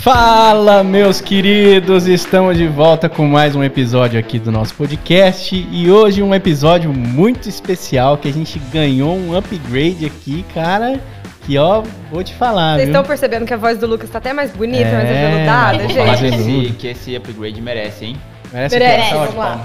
Fala, meus queridos, estamos de volta com mais um episódio aqui do nosso podcast e hoje um episódio muito especial que a gente ganhou um upgrade aqui, cara, que ó, vou te falar, Vocês estão percebendo que a voz do Lucas tá até mais bonita, mais aveludada, gente? Que esse upgrade merece, hein? Merece, vamos lá.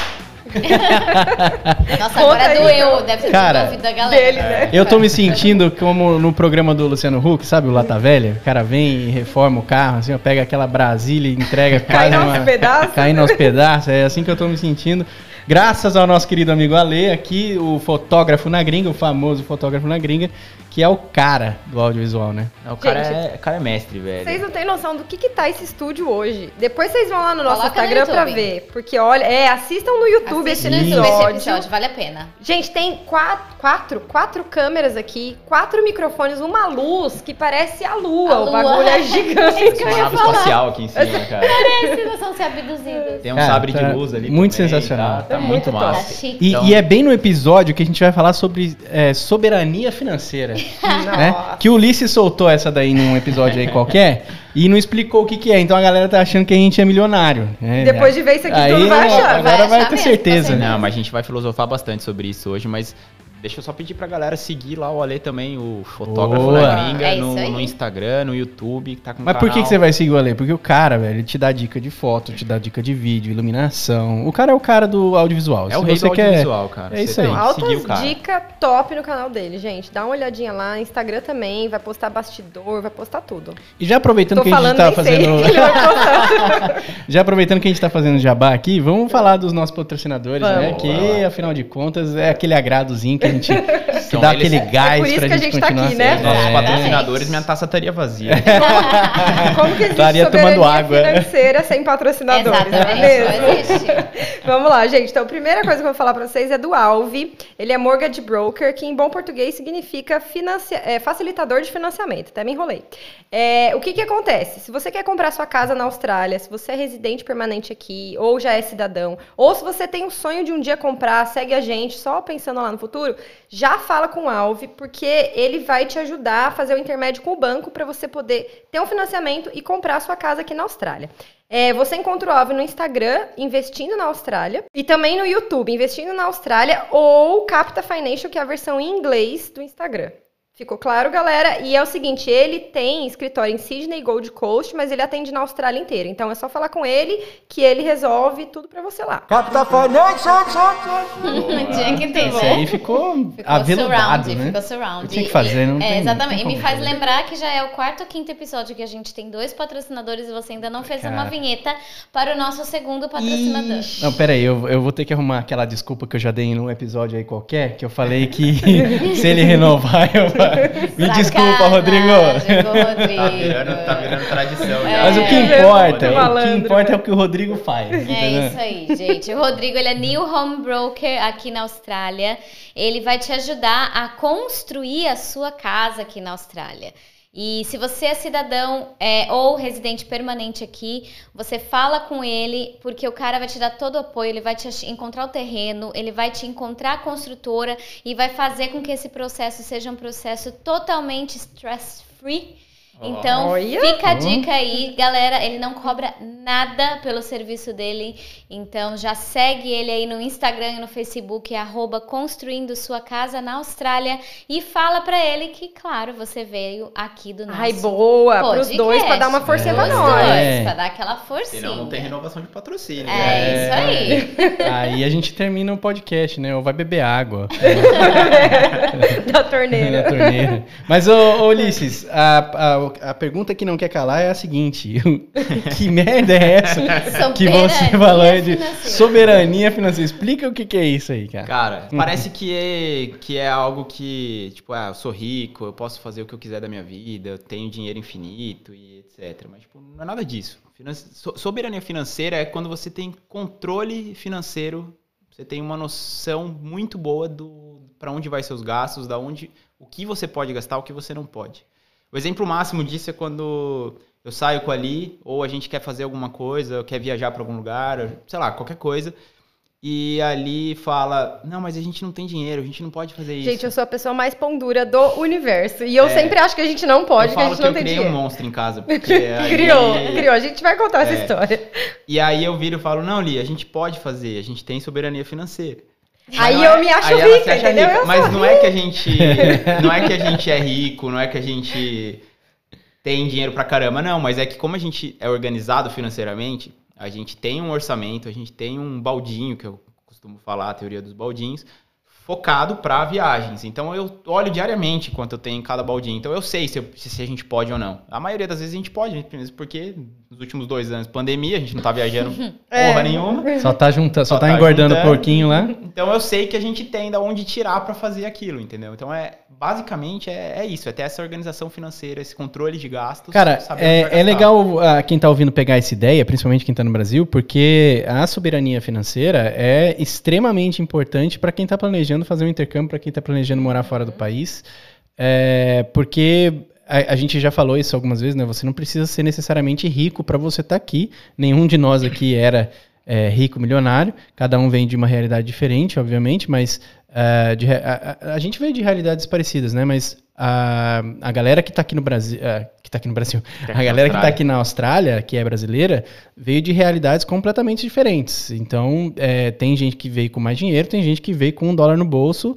Nossa, agora doeu, deve ter cara, ouvido da galera. Dele, né? Eu tô me sentindo como no programa do Luciano Huck, sabe, o Lata Velha? O cara vem e reforma o carro, assim, ó, pega aquela Brasília e entrega quase caindo aos pedaços, é assim que eu tô me sentindo. Graças ao nosso querido amigo Ale, aqui, o fotógrafo na gringa, o famoso fotógrafo na gringa, que é o cara do audiovisual, né? O cara é mestre, velho. Vocês não têm noção do que tá esse estúdio hoje. Depois vocês vão lá no nosso Coloca Instagram no pra YouTube. ver. Porque, olha, assistam no YouTube Assiste esse no YouTube episódio. esse episódio, vale a pena. Gente, tem quatro câmeras aqui, 4 microfones, uma luz que parece a lua. O bagulho é gigante. Tem uma nave espacial aqui em cima, cara. Parece, nós vamos ser abduzidos. Tem um Cara, sabre tá de luz ali muito também, sensacional. Tá É muito muito massa. Tá chique. E, Então- e é bem no episódio que a gente vai falar sobre soberania financeira, né? Nossa. Que o Ulisses soltou essa daí num episódio aí qualquer e não explicou o que é. Então a galera tá achando que a gente é milionário. Né? Depois de ver isso aqui, Aí, tudo vai achar. agora vai achar ter mesmo, certeza. com Não, mas a gente vai filosofar bastante sobre isso hoje, mas deixa eu só pedir pra galera seguir lá o Ale também, o fotógrafo Boa. da gringa, É isso aí. no Instagram, no YouTube, que tá com Mas canal. por que você vai seguir o Ale? Porque o cara, velho, ele te dá dica de foto, te dá dica de vídeo, iluminação. O cara é o cara do audiovisual. É o Se rei você do quer... audiovisual, cara. É Você isso tem aí. que Altas seguir o cara. dicas top no canal dele, gente. Dá uma olhadinha lá. Instagram também. Vai postar bastidor, vai postar tudo. E já aproveitando Tô que a gente falando, tá nem fazendo... sei. Ele vai postar. Já aproveitando que a gente tá fazendo jabá aqui, vamos falar dos nossos patrocinadores, né? Vamos. Que, afinal de contas, é aquele agradozinho que a gente... que São dá eles- aquele gás por isso pra que a gente gente tá continuar aqui, né? sendo. Nossos Exatamente. patrocinadores, minha taça estaria vazia. Como que existe Estaria soberania tomando água. financeira sem patrocinadores, não é Exatamente, mesmo? não existe. Vamos lá, gente. Então, a primeira coisa que eu vou falar pra vocês é do Alvi. Ele é mortgage broker, que em bom português significa facilitador de financiamento. Até me enrolei. O que acontece? Se você quer comprar sua casa na Austrália, se você é residente permanente aqui, ou já é cidadão, ou se você tem o sonho de um dia comprar, segue a gente, só pensando lá no futuro, já fala com o Alvi, porque ele vai te ajudar a fazer o intermédio com o banco para você poder ter um financiamento e comprar a sua casa aqui na Austrália. Você encontra o Alvi no Instagram, Investindo na Austrália, e também no YouTube, Investindo na Austrália, ou Capta Financial, que é a versão em inglês do Instagram. Ficou claro, galera? E é o seguinte, ele tem escritório em Sydney e Gold Coast, mas ele atende na Austrália inteira. Então é só falar com ele que ele resolve tudo pra você lá. Capta Financial! Tinha que ter, Esse né? aí ficou aveludado, né? Ficou surround. Tinha que fazer, não tem- Exatamente. não E tem me como faz fazer. lembrar que já é o quarto ou quinto episódio que a gente tem 2 patrocinadores e você ainda não fez Cara. uma vinheta para o nosso segundo patrocinador. Não, peraí, eu vou ter que arrumar aquela desculpa que eu já dei em um episódio aí qualquer, que eu falei que se ele renovar, me desculpa, Rodrigo. Sacanagem com o Tá Rodrigo. virando tradição. Mas o que É, importa, muito malandro, é o que o Rodrigo faz. É entendeu? isso aí, gente. O Rodrigo, ele é New Home Broker aqui na Austrália. Ele vai te ajudar a construir a sua casa aqui na Austrália. E se você é cidadão ou residente permanente aqui, você fala com ele, porque o cara vai te dar todo o apoio, ele vai te encontrar o terreno, ele vai te encontrar a construtora e vai fazer com que esse processo seja um processo totalmente stress-free. Então, Olha. fica a dica aí, galera, ele não cobra nada pelo serviço dele, então já segue ele aí no Instagram e no Facebook, @construindo sua casa na Austrália, e fala pra ele que, claro, você veio aqui do nosso Ai, boa. Pros podcast. dois, pra dar uma forcinha pra Pros nós. dois, pra dar aquela forcinha. Senão não tem renovação de patrocínio. É isso aí. Aí a gente termina o podcast, né? Ou vai beber água Da na torneira. torneira. Mas, ô Ulisses, a pergunta que não quer calar é a seguinte: que merda é essa que você Soberania falou de financeira. soberania financeira? Explica o que é isso aí, cara. Cara, parece que é algo que, tipo, eu sou rico, eu posso fazer o que eu quiser da minha vida, eu tenho dinheiro infinito e etc. Mas, tipo, não é nada disso. Soberania financeira é quando você tem controle financeiro, você tem uma noção muito boa para onde vai seus gastos, o que você pode gastar, o que você não pode. O exemplo máximo disso é quando eu saio com a Ali, ou a gente quer fazer alguma coisa, quer viajar para algum lugar, sei lá, qualquer coisa. e ali fala, não, mas a gente não tem dinheiro, a gente não pode fazer isso. Gente, eu sou a pessoa mais pão dura do universo. E eu sempre acho que a gente não pode, que a gente não tem dinheiro. Eu criei um monstro em casa. Porque criou. A gente vai contar essa história. E aí eu viro e falo, não, Li, a gente pode fazer, a gente tem soberania financeira. Aí eu me acho rica, entendeu? Rica. Mas não é que a gente é rico, não é que a gente tem dinheiro pra caramba, não. Mas é que como a gente é organizado financeiramente, a gente tem um orçamento, a gente tem um baldinho, que eu costumo falar, a teoria dos baldinhos, focado para viagens. Então eu olho diariamente quanto eu tenho em cada baldinho. Então eu sei se a gente pode ou não. A maioria das vezes a gente pode, porque nos últimos 2 anos, pandemia, a gente não tá viajando porra nenhuma. Só tá engordando um pouquinho lá. Então eu sei que a gente tem da onde tirar para fazer aquilo, entendeu? Então basicamente é isso, é ter essa organização financeira, esse controle de gastos. Cara, é legal quem tá ouvindo pegar essa ideia, principalmente quem tá no Brasil, porque a soberania financeira é extremamente importante para quem tá planejando fazer um intercâmbio, para quem tá planejando morar fora do país, porque a gente já falou isso algumas vezes, né? Você não precisa ser necessariamente rico para você estar aqui. Nenhum de nós aqui era rico, milionário. Cada um vem de uma realidade diferente, obviamente, mas a gente veio de realidades parecidas, né? Mas a galera que está aqui no Brasil, a galera que está aqui na Austrália, que é brasileira, veio de realidades completamente diferentes. Então, tem gente que veio com mais dinheiro, tem gente que veio com $1 no bolso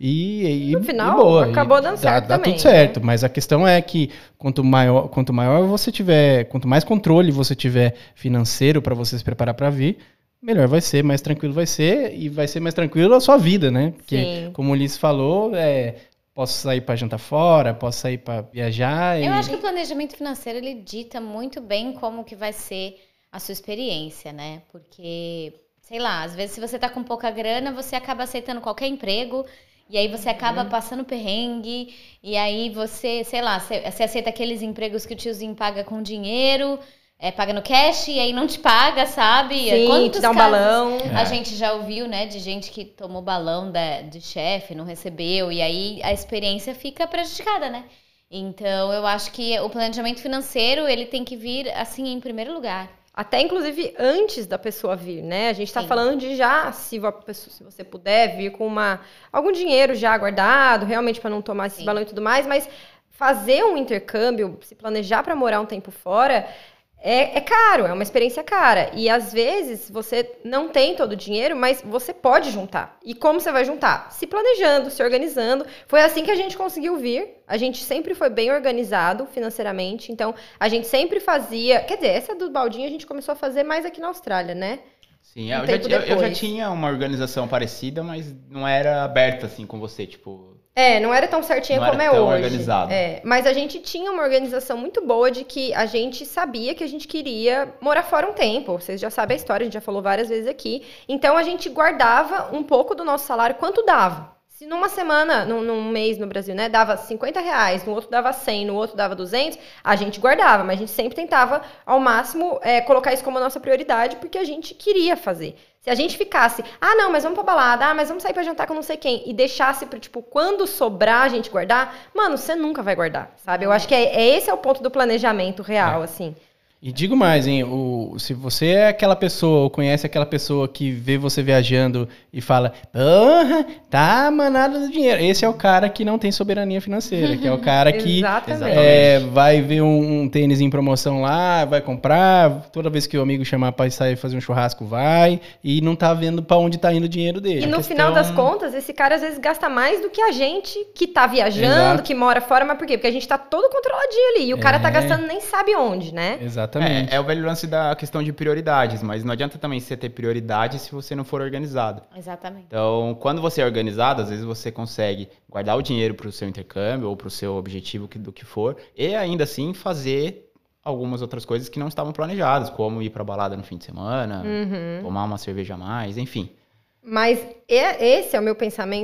e no final, boa, acabou dando certo dá também. Tudo certo, né? Mas a questão é que quanto maior você tiver, quanto mais controle você tiver financeiro para você se preparar para vir, melhor vai ser, mais tranquilo vai ser, e vai ser mais tranquilo a sua vida, né? Porque, sim, como o Ulisses falou, posso sair para jantar fora, posso sair para viajar. Eu acho que o planejamento financeiro, ele dita muito bem como que vai ser a sua experiência, né? Porque, sei lá, às vezes se você tá com pouca grana, você acaba aceitando qualquer emprego, e aí você acaba passando perrengue, e aí você, sei lá, você aceita aqueles empregos que o tiozinho paga com dinheiro, paga no cash, e aí não te paga, sabe? Sim, te dá um balão. A gente já ouviu, né, de gente que tomou balão de chefe, não recebeu, e aí a experiência fica prejudicada, né? Então, eu acho que o planejamento financeiro, ele tem que vir, assim, em primeiro lugar. Até, inclusive, antes da pessoa vir, né? A gente tá falando de já, se você puder vir com algum dinheiro já guardado, realmente para não tomar esse balão e tudo mais, mas fazer um intercâmbio, se planejar para morar um tempo fora, é caro, é uma experiência cara. E, às vezes, você não tem todo o dinheiro, mas você pode juntar. E como você vai juntar? Se planejando, se organizando. Foi assim que a gente conseguiu vir. A gente sempre foi bem organizado financeiramente. Então, a gente sempre fazia... Quer dizer, essa do baldinho a gente começou a fazer mais aqui na Austrália, né? Sim, eu já tinha uma organização parecida, mas não era aberta assim com você, tipo... não era tão certinha como é hoje. Organizado. Mas a gente tinha uma organização muito boa de que a gente sabia que a gente queria morar fora um tempo. Vocês já sabem a história, a gente já falou várias vezes aqui. Então, a gente guardava um pouco do nosso salário, quanto dava. Se numa semana, num mês no Brasil, né, dava R$50, no outro dava 100, no outro dava 200, a gente guardava. Mas a gente sempre tentava, ao máximo, colocar isso como a nossa prioridade, porque a gente queria fazer. Se a gente ficasse, não, mas vamos pra balada, mas vamos sair pra jantar com não sei quem, e deixasse pra, tipo, quando sobrar a gente guardar, mano, você nunca vai guardar, sabe? Eu acho que esse é o ponto do planejamento real, assim. E digo mais, hein, se você é aquela pessoa, ou conhece aquela pessoa que vê você viajando e fala, porra, tá manada do dinheiro. Esse é o cara que não tem soberania financeira, que é o cara que vai ver um tênis em promoção lá, vai comprar, toda vez que o amigo chamar pra sair fazer um churrasco, vai, e não tá vendo pra onde tá indo o dinheiro dele. E no final das contas, esse cara às vezes gasta mais do que a gente que tá viajando, que mora fora, mas por quê? Porque a gente tá todo controladinho ali, e o cara tá gastando nem sabe onde, né? Exatamente. É o velho lance da questão de prioridades, mas não adianta também você ter prioridade se você não for organizado. Exatamente. Então, quando você é organizado, às vezes você consegue guardar o dinheiro para o seu intercâmbio ou para o seu objetivo do que for, e ainda assim fazer algumas outras coisas que não estavam planejadas, como ir para balada no fim de semana, tomar uma cerveja a mais, enfim. Mas esse é o meu pensamento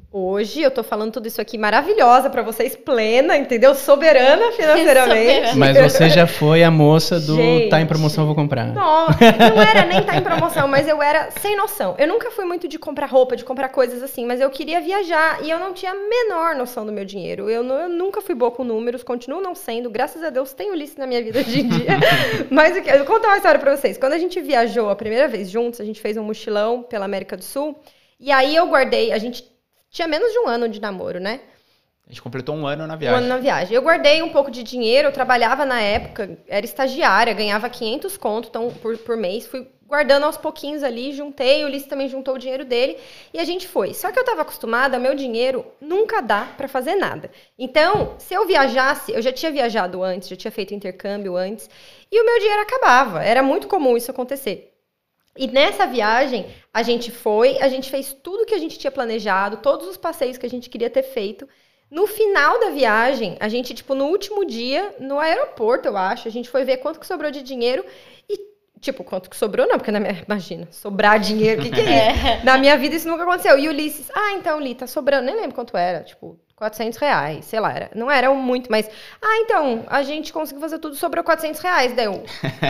Hoje eu tô falando tudo isso aqui maravilhosa pra vocês, plena, entendeu? Soberana financeiramente. Mas você já foi a moça do tá em promoção, vou comprar. Não era nem tá em promoção, mas eu era sem noção. Eu nunca fui muito de comprar roupa, de comprar coisas assim, mas eu queria viajar e eu não tinha a menor noção do meu dinheiro. Eu nunca fui boa com números, continuo não sendo. Graças a Deus tenho Ulisses na minha vida hoje em dia. Mas eu vou contar uma história pra vocês. Quando a gente viajou a primeira vez juntos, a gente fez um mochilão pela América do Sul. E aí eu guardei, a gente tinha menos de um ano de namoro, né? A gente completou um ano na viagem. Um ano na viagem. Eu guardei um pouco de dinheiro, eu trabalhava na época, era estagiária, ganhava 500 conto então, por mês. Fui guardando aos pouquinhos ali, juntei, o Ulisses também juntou o dinheiro dele e a gente foi. Só que eu estava acostumada, meu dinheiro nunca dá para fazer nada. Então, se eu viajasse, eu já tinha viajado antes, já tinha feito intercâmbio antes, e o meu dinheiro acabava. Era muito comum isso acontecer. E nessa viagem, a gente fez tudo que a gente tinha planejado, todos os passeios que a gente queria ter feito. No final da viagem, a gente, no último dia, no aeroporto, eu acho, a gente foi ver quanto que sobrou de dinheiro e, quanto que sobrou não, porque imagina, sobrar dinheiro, o que é isso? Na minha vida isso nunca aconteceu. E o Ulisses, então, Li, tá sobrando, nem lembro quanto era, R$400, sei lá, não era muito, mas, então, a gente conseguiu fazer tudo, sobrou R$400, daí eu,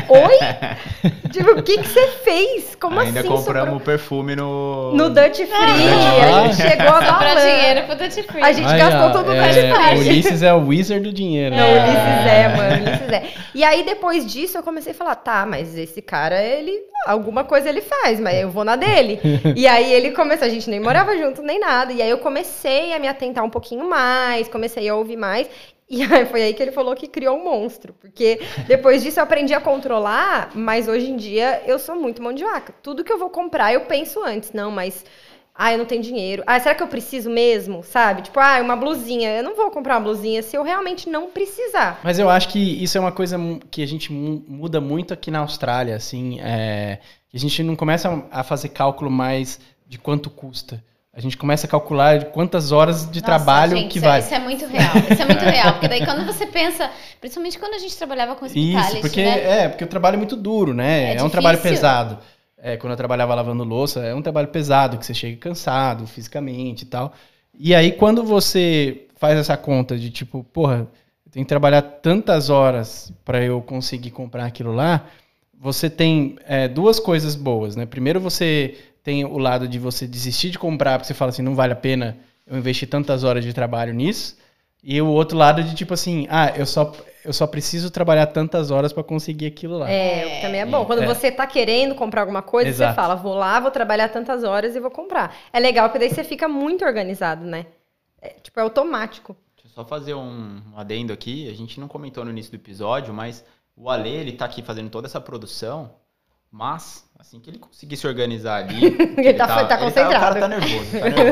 oi? O que você fez? Como ainda assim? Ainda compramos o perfume no Duty Free, a gente chegou a falar dinheiro pro Duty Free. A gente gastou tudo no Duty Free. O Ulisses é o wizard do dinheiro. Não, o Ulisses é. E aí, depois disso, eu comecei a falar, tá, mas esse cara, alguma coisa ele faz, mas eu vou na dele. E aí, ele começou, a gente nem morava junto, nem nada, e aí eu comecei a me atentar um pouquinho mais, comecei a ouvir mais, e aí foi aí que ele falou que criou um monstro, porque depois disso eu aprendi a controlar, mas hoje em dia eu sou muito mão de vaca. Tudo que eu vou comprar eu penso antes, não, mas eu não tenho dinheiro. Será que eu preciso mesmo, sabe? Uma blusinha, eu não vou comprar uma blusinha se eu realmente não precisar. Mas eu acho que isso é uma coisa que a gente muda muito aqui na Austrália, assim, a gente não começa a fazer cálculo mais de quanto custa. A gente começa a calcular de quantas horas de trabalho gente, que vai. Isso é muito real. Porque daí quando você pensa, principalmente quando a gente trabalhava com hospitality, isso, porque, né? Porque o trabalho é muito duro, né? É um trabalho pesado. Quando eu trabalhava lavando louça, é um trabalho pesado, que você chega cansado fisicamente e tal. E aí, quando você faz essa conta de eu tenho que trabalhar tantas horas para eu conseguir comprar aquilo lá, você tem duas coisas boas, né? Primeiro, você tem o lado de você desistir de comprar, porque você fala assim, não vale a pena eu investir tantas horas de trabalho nisso. E o outro lado de eu só preciso trabalhar tantas horas para conseguir aquilo lá. O que também é bom. Quando você tá querendo comprar alguma coisa, Exato. Você fala, vou lá, vou trabalhar tantas horas e vou comprar. É legal, porque daí você fica muito organizado, né? É automático. Deixa eu só fazer um adendo aqui. A gente não comentou no início do episódio, mas o Ale, ele tá aqui fazendo toda essa produção, mas assim que ele conseguir se organizar ali... ele tá concentrado. O cara tá nervoso.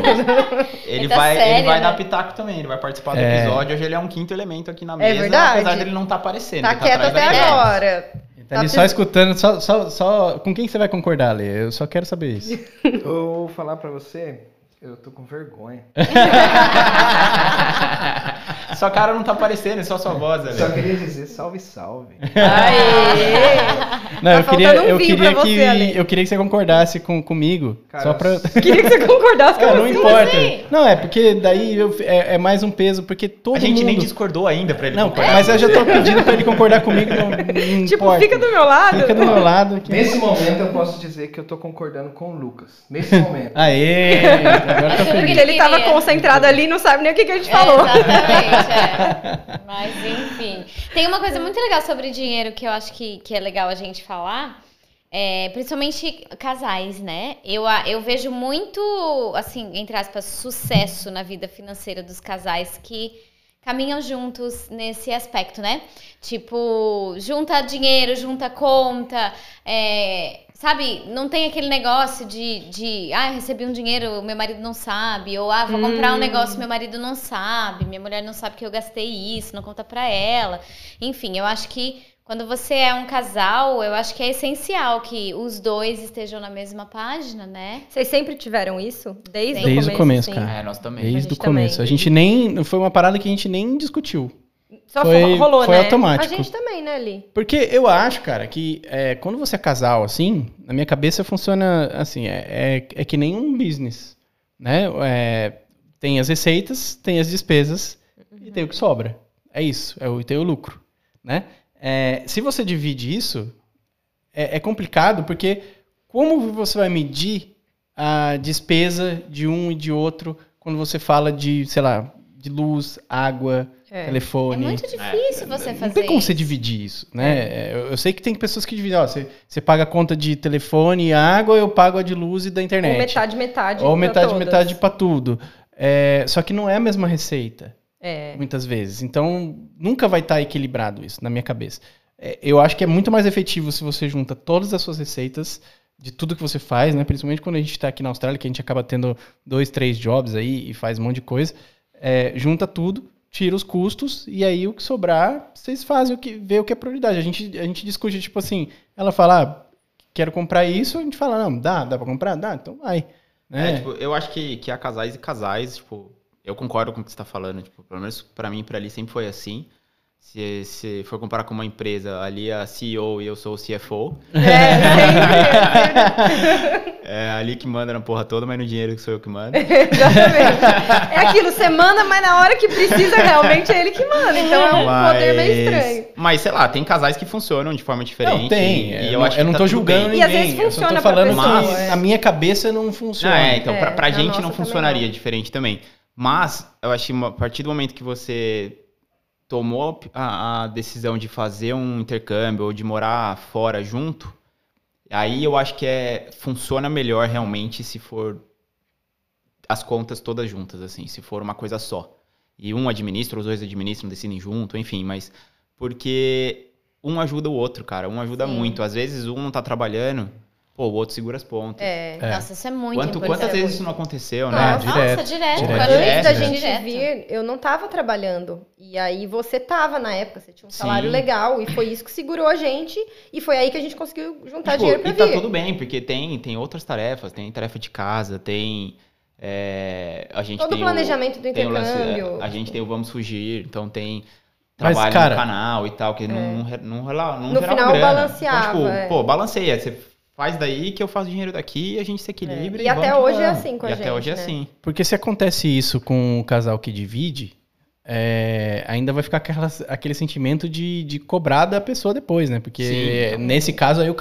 Ele vai dar pitaco também, ele vai participar do episódio. Hoje ele é um quinto elemento aqui na mesa, verdade. apesar dele não tá aparecendo. Tá quieto até agora. Tá ali só escutando, só com quem você vai concordar, Lê? Eu só quero saber isso. Eu vou falar pra você... Eu tô com vergonha. Sua cara não tá aparecendo, é só sua voz ali. Só queria dizer salve, salve. Não, eu queria que você concordasse comigo. Cara, só pra... Queria que você concordasse comigo. Não importa. Não, é porque daí é mais um peso, porque todo mundo... A gente nem discordou ainda pra ele concordar. Mas eu já tô pedindo pra ele concordar comigo, não importa. Fica do meu lado. Fica do meu lado. Nesse momento eu posso dizer que eu tô concordando com o Lucas. Nesse momento. Aê! Agora tô feliz. Porque ele tava concentrado ali e não sabe nem o que a gente falou. Exatamente, Mas, enfim. Tem uma coisa muito legal sobre dinheiro que eu acho que é legal a gente falar. Principalmente casais, né? Eu vejo muito, assim, entre aspas, sucesso na vida financeira dos casais que caminham juntos nesse aspecto, né? Junta dinheiro, junta conta, sabe, não tem aquele negócio de recebi um dinheiro, meu marido não sabe, ou vou comprar um negócio, meu marido não sabe, minha mulher não sabe que eu gastei isso, não conta pra ela. Enfim, eu acho que quando você é um casal, eu acho que é essencial que os dois estejam na mesma página, né? Vocês sempre tiveram isso? Desde o começo, cara. Nós também. Desde o começo. A gente nem... Foi uma parada que a gente nem discutiu. Só rolou, foi né? automático. A gente também, né, Li? Porque eu acho, cara, que quando você é casal, assim, na minha cabeça funciona assim, é que nem um business, né? tem as receitas, tem as despesas e tem o que sobra. É isso, tem o lucro, né? Se você divide isso, é complicado, porque como você vai medir a despesa de um e de outro quando você fala de, sei lá, de luz, água, telefone. É muito difícil você fazer. Não tem como você dividir isso, né? Eu sei que tem pessoas que dividem. Você paga a conta de telefone e água, eu pago a de luz e da internet. Ou metade. Ou metade para tudo. Só que não é a mesma receita, muitas vezes. Então, nunca vai estar equilibrado isso, na minha cabeça. Eu acho que é muito mais efetivo se você junta todas as suas receitas de tudo que você faz, né? Principalmente quando a gente está aqui na Austrália, que a gente acaba tendo 2, 3 jobs aí e faz um monte de coisa. Junta tudo, tira os custos e aí o que sobrar, vocês fazem vê o que é prioridade. A gente discute, tipo assim, ela fala, quero comprar isso, a gente fala, não, dá pra comprar? Dá, então vai. Né? Tipo, eu acho que há casais e casais, tipo, eu concordo com o que você tá falando, tipo, pelo menos pra mim e pra ali sempre foi assim. Se for comparar com uma empresa, ali a CEO e eu sou o CFO. É ali que manda na porra toda, mas no dinheiro que sou eu que mando. Exatamente. É aquilo, você manda, mas na hora que precisa realmente é ele que manda. Então é um poder meio estranho. Mas, sei lá, tem casais que funcionam de forma diferente. Não, tem. E eu não tô julgando ninguém. E às vezes funciona, eu tô falando que na minha cabeça não funciona. Então pra gente não funcionaria diferente também. Mas eu acho que a partir do momento que você tomou a decisão de fazer um intercâmbio ou de morar fora junto, aí eu acho que funciona melhor realmente se for as contas todas juntas, assim, se for uma coisa só. E um administra, os dois administram, decidem junto, enfim, mas porque um ajuda o outro, cara, um ajuda muito. Às vezes um não tá trabalhando, o outro segura as pontas. Nossa, isso é muito importante. Quantas vezes isso não aconteceu, né? Nossa, direto. Antes da gente vir, eu não tava trabalhando. E aí você tava na época, você tinha um salário legal. E foi isso que segurou a gente. E foi aí que a gente conseguiu juntar dinheiro pra vir. E tá tudo bem, porque tem outras tarefas. Tem tarefa de casa, tem... a gente todo o planejamento do intercâmbio. A gente tem o Vamos Fugir, então tem... Trabalho no canal e tal, que não no final balanceava. Então, tipo, balanceia. Você faz daí que eu faço dinheiro daqui e a gente se equilibra. E até hoje é assim com a gente. E até hoje é assim. Porque se acontece isso com o casal que divide, ainda vai ficar aquele sentimento de cobrar da pessoa depois, né? Porque nesse caso aí o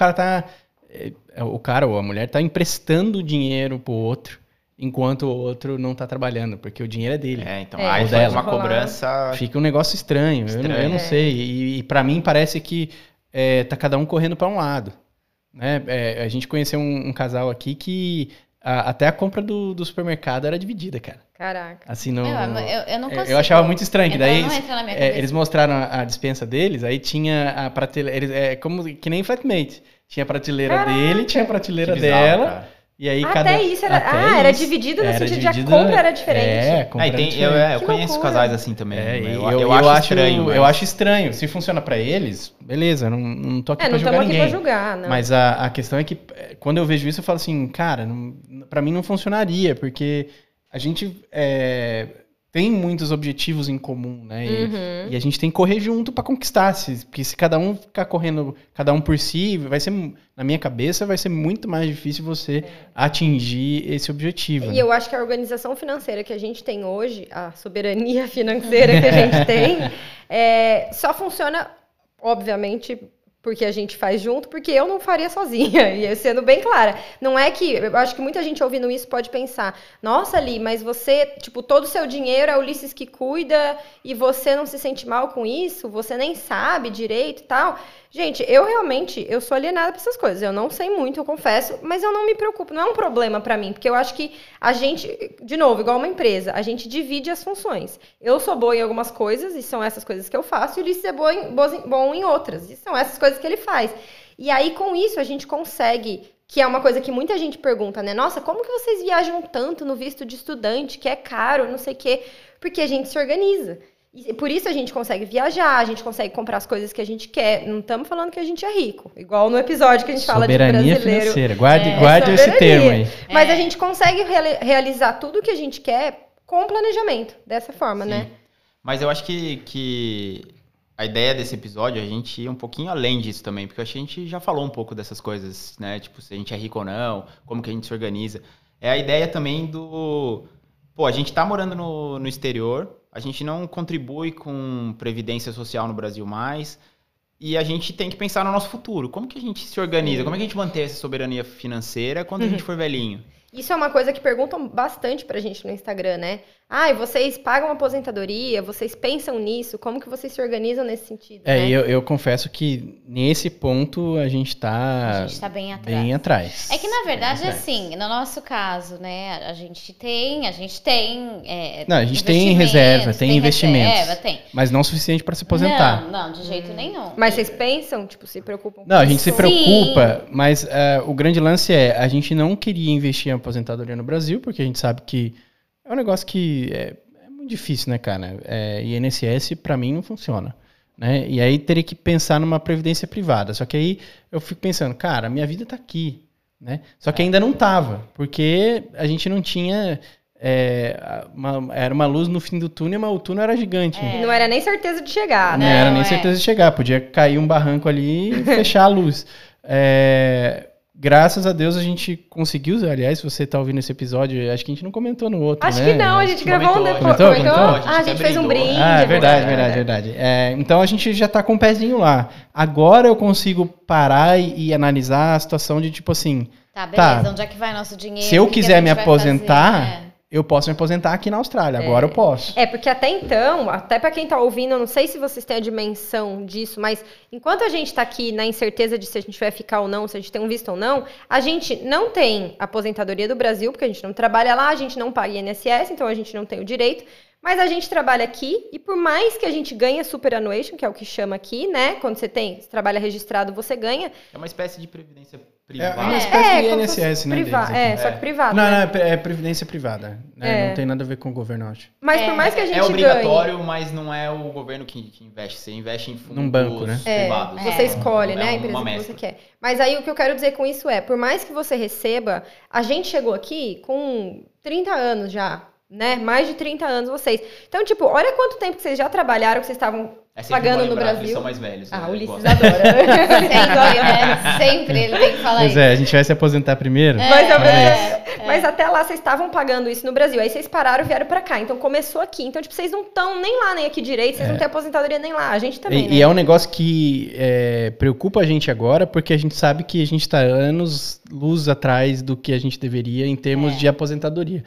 cara ou a mulher tá emprestando dinheiro pro outro, enquanto o outro não tá trabalhando, porque o dinheiro é dele. Então aí faz uma cobrança... Fica um negócio estranho. Eu não sei. E pra mim parece que tá cada um correndo pra um lado. Né? A gente conheceu um casal aqui que até a compra do supermercado era dividida, cara. Caraca. Assim, eu não consigo. Eu achava muito estranho, que daí eles mostraram a dispensa deles, aí tinha a prateleira, como que nem flatmate. Tinha a prateleira dele, tinha a prateleira dela. Cara. E aí até isso era. Era dividido no sentido de a compra era diferente. Eu conheço casais assim também. Eu acho estranho. Eu acho estranho. Se funciona pra eles, beleza, não tô aqui pra julgar ninguém. Não estamos aqui pra julgar, não. Mas a questão é que quando eu vejo isso, eu falo assim, cara, pra mim não funcionaria, porque a gente tem muitos objetivos em comum, né? E a gente tem que correr junto pra conquistar. Porque se cada um ficar correndo, cada um por si, vai ser, na minha cabeça, vai ser muito mais difícil você atingir esse objetivo. E eu acho que a organização financeira que a gente tem hoje, a soberania financeira que a gente tem, só funciona, obviamente, porque a gente faz junto, porque eu não faria sozinha, e sendo bem clara. Não é que, eu acho que muita gente ouvindo isso pode pensar, nossa, Li, mas você, tipo, todo o seu dinheiro é o Ulisses que cuida, e você não se sente mal com isso, você nem sabe direito e tal. Gente, eu sou alienada pra essas coisas, eu não sei muito, eu confesso, mas eu não me preocupo, não é um problema pra mim, porque eu acho que a gente, de novo, igual uma empresa, a gente divide as funções. Eu sou boa em algumas coisas, e são essas coisas que eu faço, e o Ulisses é bom em outras, e são essas coisas que ele faz. E aí, com isso, a gente consegue, que é uma coisa que muita gente pergunta, né? Nossa, como que vocês viajam tanto no visto de estudante, que é caro, não sei o quê? Porque a gente se organiza. E por isso a gente consegue viajar, a gente consegue comprar as coisas que a gente quer. Não estamos falando que a gente é rico. Igual no episódio que a gente fala de brasileiro. Soberania financeira. Guarde esse termo aí. Mas a gente consegue realizar tudo o que a gente quer com planejamento. Dessa forma, né? Mas eu acho que a ideia desse episódio é a gente ir um pouquinho além disso também. Porque a gente já falou um pouco dessas coisas, né? Tipo, se a gente é rico ou não, como que a gente se organiza. É a ideia também pô, a gente tá morando no exterior, a gente não contribui com previdência social no Brasil mais, e a gente tem que pensar no nosso futuro. Como que a gente se organiza? Como é que a gente mantém essa soberania financeira quando a gente for velhinho? Isso é uma coisa que perguntam bastante pra gente no Instagram, né? Ah, vocês pagam aposentadoria? Vocês pensam nisso? Como que vocês se organizam nesse sentido? Né? Eu confesso que nesse ponto a gente tá bem atrás. É que, na verdade, assim, no nosso caso, né, a gente tem não, a gente tem reserva, tem investimentos. Tem. Mas não o suficiente para se aposentar. Não, de jeito nenhum. Mas vocês pensam, tipo, se preocupam com Não, a gente se isso? preocupa, mas o grande lance é, a gente não queria investir em aposentadoria no Brasil, porque a gente sabe que é um negócio que é muito difícil, né, cara? INSS, pra mim, não funciona. Né? E aí teria que pensar numa previdência privada. Só que aí eu fico pensando, cara, minha vida tá aqui. Né? Só que ainda não tava, porque a gente não tinha... era uma luz no fim do túnel, mas o túnel era gigante. E não era nem certeza de chegar, né? Não era nem certeza de chegar. Podia cair um barranco ali e fechar a luz. Graças a Deus a gente conseguiu, aliás, se você tá ouvindo esse episódio, acho que a gente não comentou no outro, acho né? que não, a gente gravou um depois. Comentou? A gente fez um brinde. É verdade. Então a gente já tá com o pezinho lá. Agora eu consigo parar e analisar a situação de tipo assim... Tá, beleza, onde é que vai nosso dinheiro? Se eu quiser me aposentar... Eu posso me aposentar aqui na Austrália, agora eu posso. Porque até então, até pra quem tá ouvindo, eu não sei se vocês têm a dimensão disso, mas enquanto a gente tá aqui na incerteza de se a gente vai ficar ou não, se a gente tem um visto ou não, a gente não tem aposentadoria do Brasil, porque a gente não trabalha lá, a gente não paga INSS, então a gente não tem o direito, mas a gente trabalha aqui e por mais que a gente ganhe superannuation, que é o que chama aqui, né? Quando você trabalha registrado, você ganha. É uma espécie de previdência privada. É uma espécie de INSS, né? Só que privada. Não, né? é previdência privada. Né? Não tem nada a ver com o governo, eu acho. Mas por mais que a gente ganhe... É obrigatório, mas não é o governo que investe. Você investe em fundos num banco, né? privados. Você escolhe, né? A empresa que você quer. Mas aí o que eu quero dizer com isso por mais que você receba... A gente chegou aqui com 30 anos já, né? Mais de 30 anos vocês. Então, tipo, olha quanto tempo que vocês já trabalharam, que vocês estavam pagando no Brasil. Eles são mais velhos. O Ulisses adora. Sempre, né? Sempre ele tem que falar isso. Pois a gente vai se aposentar primeiro. Mas até lá vocês estavam pagando isso no Brasil. Aí vocês pararam e vieram pra cá. Então começou aqui. Então, tipo, vocês não estão nem lá, nem aqui direito. Vocês não têm aposentadoria nem lá. A gente também, E é um negócio que preocupa a gente agora, porque a gente sabe que a gente tá anos luz atrás do que a gente deveria em termos de aposentadoria.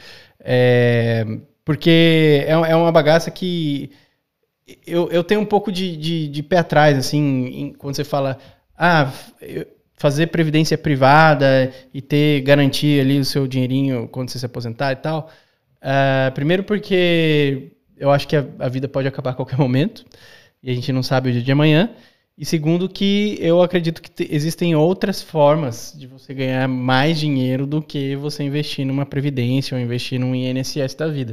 Porque é uma bagaça que eu tenho um pouco de pé atrás, assim, quando você fala, fazer previdência privada e ter garantia ali o seu dinheirinho quando você se aposentar e tal. Primeiro porque eu acho que a vida pode acabar a qualquer momento e a gente não sabe o dia de amanhã. E segundo que eu acredito que existem outras formas de você ganhar mais dinheiro do que você investir numa previdência ou investir num INSS da vida.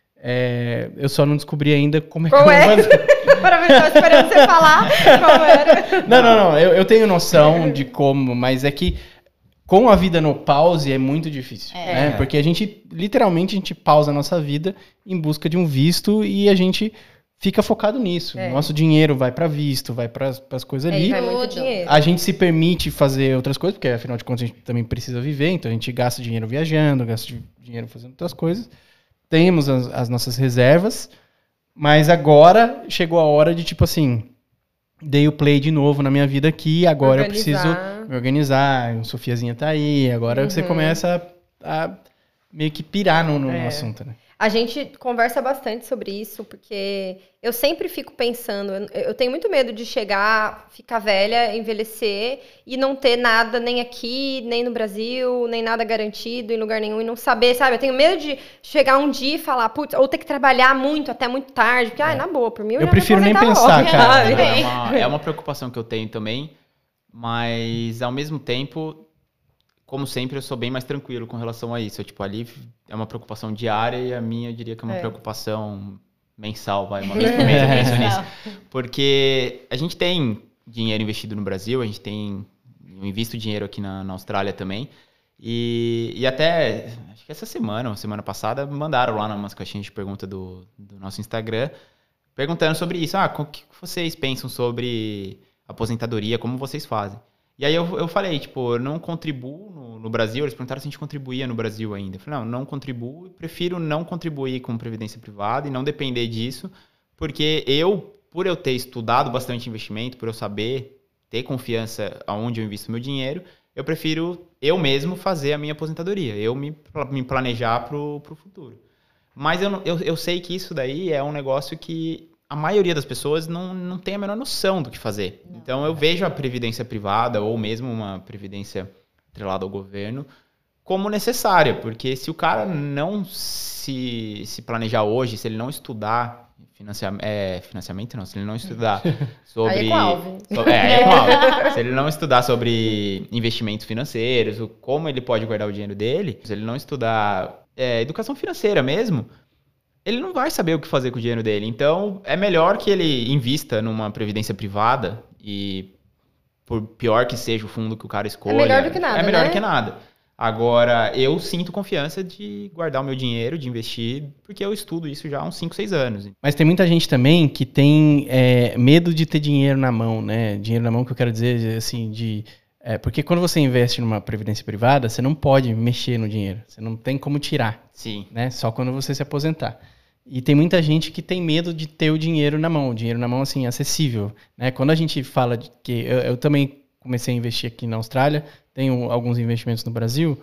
Eu só não descobri ainda como é que eu vou fazer. Estou esperando você falar como era. Não. Eu tenho noção de como, mas é que com a vida no pause é muito difícil. Né? Porque a gente, literalmente, pausa a nossa vida em busca de um visto e a gente fica focado nisso. Nosso dinheiro vai para visto, vai para as coisas ali. Vai muito dinheiro. A gente se permite fazer outras coisas, porque afinal de contas a gente também precisa viver, então a gente gasta dinheiro viajando, gasta dinheiro fazendo outras coisas. Temos as nossas reservas, mas agora chegou a hora de, tipo assim, dei o play de novo na minha vida aqui, agora eu preciso me organizar, a Sofiazinha tá aí, agora você começa a meio que pirar no assunto, né? A gente conversa bastante sobre isso, porque eu sempre fico pensando, eu tenho muito medo de chegar, ficar velha, envelhecer e não ter nada nem aqui, nem no Brasil, nem nada garantido em lugar nenhum e não saber, sabe? Eu tenho medo de chegar um dia e falar, putz, ou ter que trabalhar muito, até muito tarde, porque, na boa, por mim eu já prefiro nem pensar, logo, cara. É uma preocupação que eu tenho também, mas ao mesmo tempo... Como sempre, eu sou bem mais tranquilo com relação a isso. Ali é uma preocupação diária e a minha, eu diria que é uma preocupação mensal, uma vez por mês eu penso nisso. Porque a gente tem dinheiro investido no Brasil, a gente eu invisto dinheiro aqui na Austrália também. E até, acho que essa semana passada, me mandaram lá umas caixinhas de pergunta do nosso Instagram, perguntando sobre isso. O que vocês pensam sobre aposentadoria, como vocês fazem? E aí eu falei, tipo, eu não contribuo no Brasil. Eles perguntaram se a gente contribuía no Brasil ainda. Eu falei, não contribuo. Prefiro não contribuir com previdência privada e não depender disso. Porque por eu ter estudado bastante investimento, por eu saber ter confiança aonde eu invisto meu dinheiro, eu prefiro eu mesmo fazer a minha aposentadoria. Eu me planejar pro futuro. Mas eu sei que isso daí é um negócio que a maioria das pessoas não tem a menor noção do que fazer. Não. Então, eu vejo a previdência privada ou mesmo uma previdência atrelada ao governo como necessária, porque se o cara não se planejar hoje, se ele não estudar financiamento, não, se ele não estudar sobre... Aí é com Alvin. Se ele não estudar sobre investimentos financeiros, como ele pode guardar o dinheiro dele, se ele não estudar educação financeira mesmo, ele não vai saber o que fazer com o dinheiro dele. Então, é melhor que ele invista numa previdência privada e, por pior que seja o fundo que o cara escolha... É melhor do que nada, É melhor do que nada. Agora, eu sinto confiança de guardar o meu dinheiro, de investir, porque eu estudo isso já há uns 5, 6 anos. Mas tem muita gente também que tem medo de ter dinheiro na mão, né? Dinheiro na mão que eu quero dizer, assim, porque quando você investe numa previdência privada, você não pode mexer no dinheiro. Você não tem como tirar. Sim. Né? Só quando você se aposentar. E tem muita gente que tem medo de ter o dinheiro na mão. O dinheiro na mão, assim, acessível. Né? Quando a gente fala de que... Eu também comecei a investir aqui na Austrália. Tenho alguns investimentos no Brasil.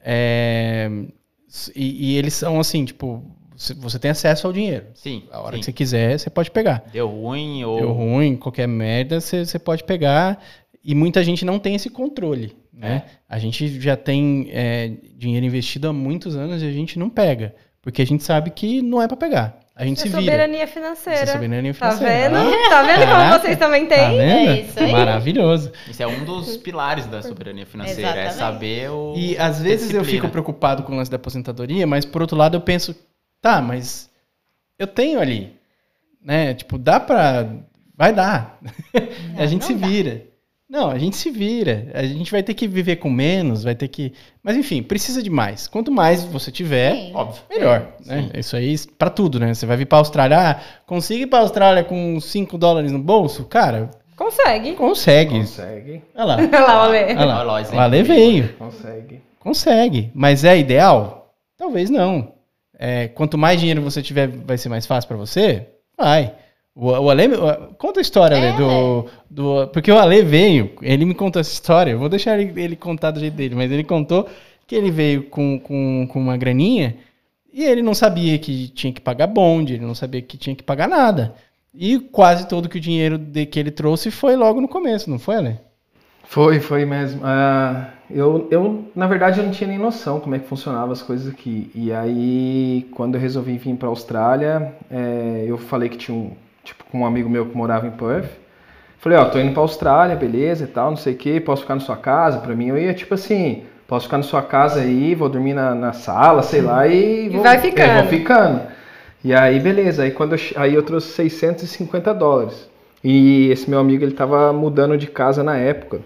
E eles são assim, tipo... Você tem acesso ao dinheiro. Sim. A hora que você quiser, você pode pegar. Deu ruim qualquer merda, você pode pegar. E muita gente não tem esse controle, né? A gente já tem dinheiro investido há muitos anos e a gente não pega. Porque a gente sabe que não é pra pegar. A gente se vira. Soberania financeira. Soberania Tá financeira. vendo? Tá vendo como vocês também têm? Tá vendo? É isso aí. Maravilhoso. Isso é um dos pilares da soberania financeira. Exatamente. É saber o... E às vezes eu fico preocupado com o lance da aposentadoria, mas por outro lado eu penso, tá, mas eu tenho ali, né? Tipo, dá pra... Vai dar. A gente se vira. Não, a gente se vira. A gente vai ter que viver com menos, vai ter que... Mas enfim, precisa de mais. Quanto mais você tiver, óbvio, melhor. Né? Isso aí pra tudo, né? Você vai vir pra Austrália, consiga ir pra Austrália com $5 no bolso? Cara... Consegue. Olha lá. Olha lá, o Ale. O Ale veio. Consegue. Mas é ideal? Talvez não. Quanto mais dinheiro você tiver, vai ser mais fácil pra você? Vai. O Ale, conta a história, Ale, porque o Ale veio, ele me contou essa história, eu vou deixar ele contar do jeito dele, mas ele contou que ele veio com uma graninha e ele não sabia que tinha que pagar bonde, ele não sabia que tinha que pagar nada. E quase todo que o dinheiro que ele trouxe foi logo no começo, não foi, Ale? Foi mesmo. Eu, na verdade, eu não tinha nem noção como é que funcionavam as coisas aqui. E aí, quando eu resolvi vir para a Austrália, eu falei que tinha com um amigo meu que morava em Perth. Falei, tô indo pra Austrália, beleza e tal, não sei o que, posso ficar na sua casa? Pra mim eu ia tipo assim, posso ficar na sua casa aí, vou dormir na sala, sei lá, e vai ficando. Vou ficando. E aí beleza, aí eu trouxe $650. E esse meu amigo, ele tava mudando de casa na época.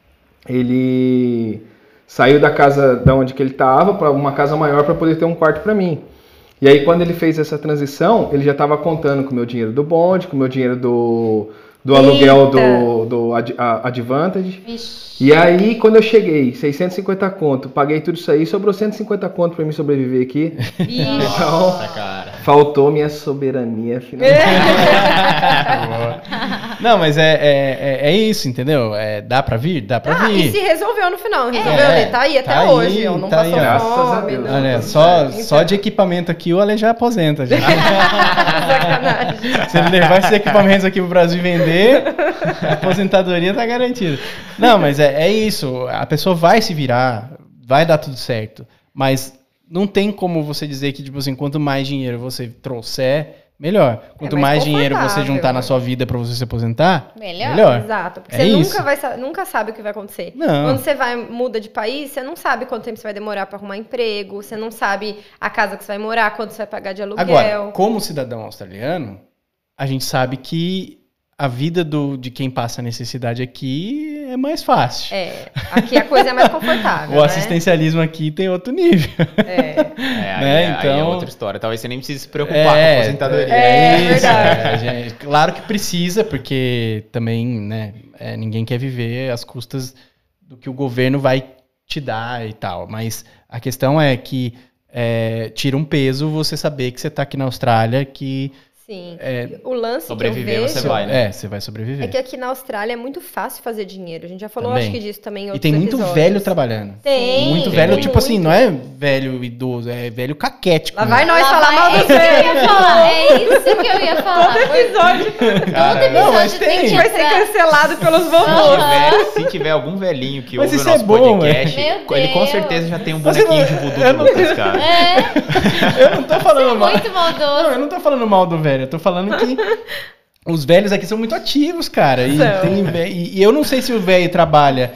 Ele saiu da casa da onde que ele tava pra uma casa maior para poder ter um quarto pra mim. E aí, quando ele fez essa transição, ele já estava contando com o meu dinheiro do bonde, com o meu dinheiro do aluguel do Advantage. Ixi. E aí, quando eu cheguei, 650 conto, paguei tudo isso aí, sobrou 150 conto para mim sobreviver aqui. Então, faltou minha soberania financeira. Não, mas é isso, entendeu? Dá pra vir? Dá pra vir. E se resolveu no final, resolveu, tá aí até hoje. Não tá passou aí, fome. Olha, só de equipamento aqui o Ale já aposenta. Já. Sacanagem. Se ele levar esses equipamentos aqui pro Brasil e vender, a aposentadoria tá garantida. Não, mas é isso. A pessoa vai se virar, vai dar tudo certo. Mas não tem como você dizer que, tipo assim, quanto mais dinheiro você trouxer, melhor. Quanto mais dinheiro você juntar na sua vida pra você se aposentar, melhor. Exato. Porque você nunca sabe o que vai acontecer. Não. Quando você muda de país, você não sabe quanto tempo você vai demorar pra arrumar emprego, você não sabe a casa que você vai morar, quanto você vai pagar de aluguel. Agora, como cidadão australiano, a gente sabe que a vida de quem passa necessidade aqui é mais fácil. Aqui a coisa é mais confortável. O assistencialismo aqui tem outro nível. Aí é outra história. Talvez você nem precise se preocupar com a aposentadoria. Claro que precisa, porque também, né, ninguém quer viver às custas que o governo vai te dar e tal. Mas a questão é que tira um peso você saber que você tá aqui na Austrália, que... Sim. O lance sobreviver, que eu vejo, você vai, né? Você vai sobreviver. É que aqui na Austrália é muito fácil fazer dinheiro. A gente já falou, Também. acho que disso também em E outros tem muito episódios. velho trabalhando. Tem. Muito tem velho, muito. tipo assim, não é velho idoso, é velho caquético. Lá né? vai nós falar mal do É isso que eu ia falar. É isso que eu ia falar. Todo episódio Cara, não, mas tem tem. que vai ser cancelado pelos vovôs. Se tiver algum velhinho que Mas ouve o isso é nosso bom, podcast, Meu ele com Deus. certeza já tem um Mas eu bonequinho não- de voodoo eu não- do Lucas, cara. Eu não tô falando mal. Muito maldoso. Não, eu não tô falando mal do velho, eu tô falando que os velhos aqui são muito ativos, cara. E, São. e eu não sei se o velho trabalha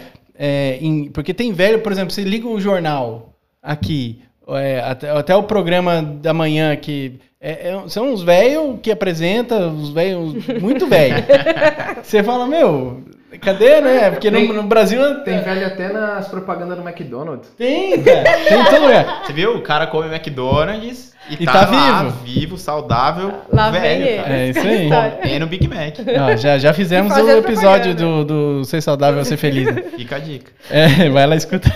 porque tem velho, por exemplo, você liga o jornal aqui, até o programa da manhã que são uns velhos que apresentam, os velhos muito velhos. Você fala, meu, cadê, né? Porque no Brasil Tem velho até nas propagandas do McDonald's. tem, cara. Tem em todo lugar. Você viu? O cara come McDonald's E tá tá lá, vivo. vivo, saudável, Lá vem velho, ele. cara. É isso aí. Comendo Big Mac. Ó, já fizemos E o fazendo episódio propaganda. do Ser Saudável, Ser Feliz. Né? Fica a dica. Vai lá escutar.